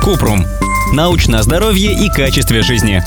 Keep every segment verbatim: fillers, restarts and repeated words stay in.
Купрум. Научное здоровье и качестве жизни.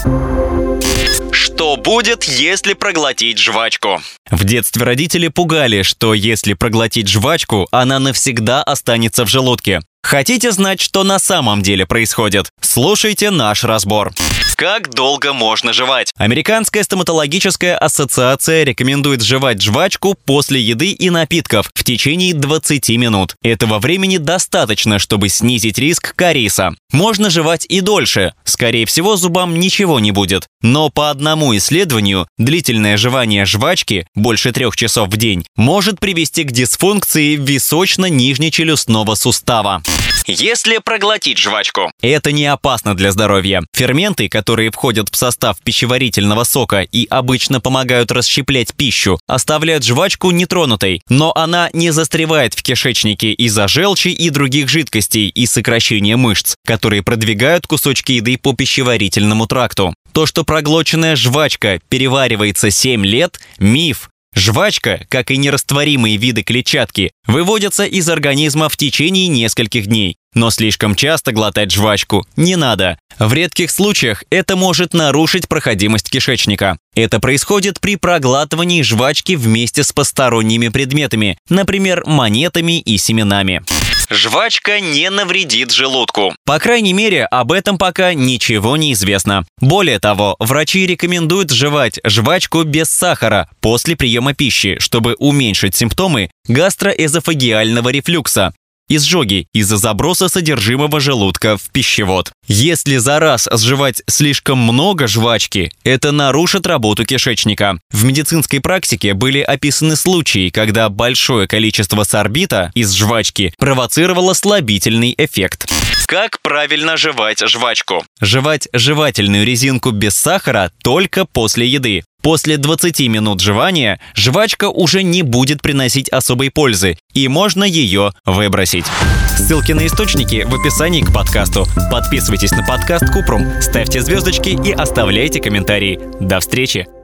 Что будет, если проглотить жвачку? В детстве родители пугали, что если проглотить жвачку, она навсегда останется в желудке. Хотите знать, что на самом деле происходит? Слушайте наш разбор. Как долго можно жевать? Американская стоматологическая ассоциация рекомендует жевать жвачку после еды и напитков в течение двадцати минут. Этого времени достаточно, чтобы снизить риск кариеса. Можно жевать и дольше. Скорее всего, зубам ничего не будет. Но по одному исследованию, длительное жевание жвачки, больше трех часов в день, может привести к дисфункции височно-нижнечелюстного сустава. Если проглотить жвачку? Это не опасно для здоровья. Ферменты, которые входят в состав пищеварительного сока и обычно помогают расщеплять пищу, оставляют жвачку нетронутой, но она не застревает в кишечнике из-за желчи и других жидкостей и сокращения мышц, которые продвигают кусочки еды по пищеварительному тракту. То, что проглоченная жвачка переваривается семь лет – миф. Жвачка, как и нерастворимые виды клетчатки, выводятся из организма в течение нескольких дней. Но слишком часто глотать жвачку не надо. В редких случаях это может нарушить проходимость кишечника. Это происходит при проглатывании жвачки вместе с посторонними предметами, например, монетами и семенами. Жвачка не навредит желудку. По крайней мере, об этом пока ничего не известно. Более того, врачи рекомендуют жевать жвачку без сахара после приема пищи, чтобы уменьшить симптомы гастроэзофагиального рефлюкса. Изжоги из-за заброса содержимого желудка в пищевод. Если за раз сживать слишком много жвачки, это нарушит работу кишечника. В медицинской практике были описаны случаи, когда большое количество сорбита из жвачки провоцировало слабительный эффект. Как правильно жевать жвачку? Жевать жевательную резинку без сахара только после еды. После двадцати минут жевания жвачка уже не будет приносить особой пользы, и можно ее выбросить. Ссылки на источники в описании к подкасту. Подписывайтесь на подкаст Купрум, ставьте звездочки и оставляйте комментарии. До встречи!